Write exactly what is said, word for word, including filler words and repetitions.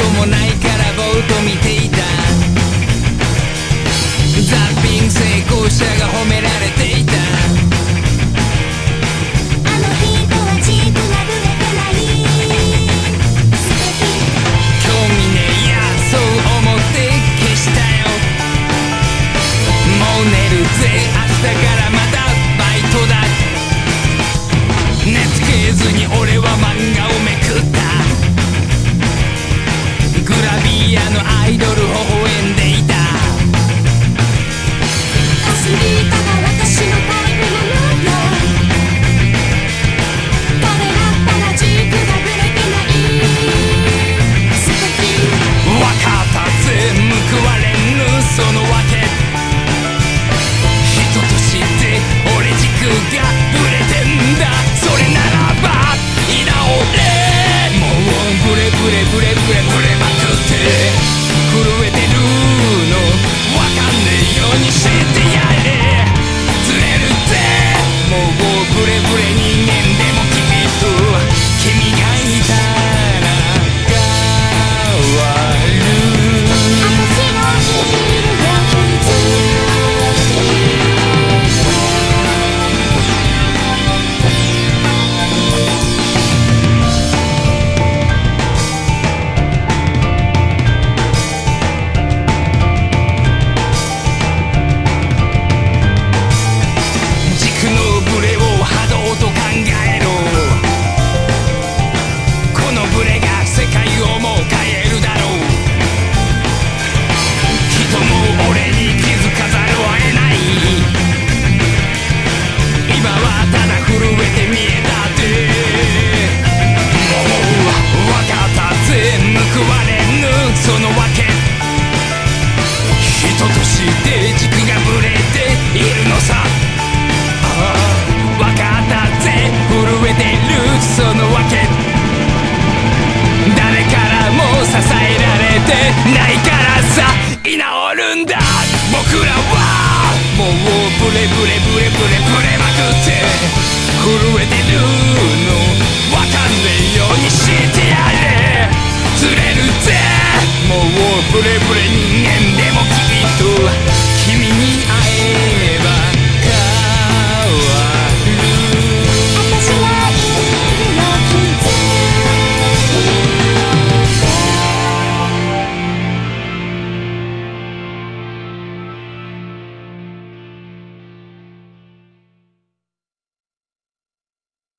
もないからぼーっと見ていた。ザッピング成功者が褒められていた。 あの人は軸がぶれてない素敵。 興味ねえやそう思って消したよ。もう寝るぜ明日からまたバイトだ。寝つけずに俺は漫画をめくった。グラビアのアイドル微笑んでいた。 アスリートが私のタイプなのよ。彼だったら軸がぶれてない素敵。 わかったぜ報われぬその訳。人として俺軸がぶれてんだ。それならば居直れ。もうブレブレブレブレブレまくって震えてるのわかんねえようにしてやれ。ずれるぜもうブレブレ人間でもきっと君がいたら変わる。 私も知るよ軸のブレを波動と考えろ。このブレが世界をもう変えるだろう。人も俺に気づかざるを得ない。今はただ震えて見えたって。もうわかったぜ報われぬその訳。人として軸がぶれているのさ。わかったぜ震えてるその訳。誰からも支えられてないからさ居直るんだ。僕らはもうブレブレブレブレブレまくって震えてるのわかんねえようにしてやれ。ずれるぜもうブレブレ人間でもきっと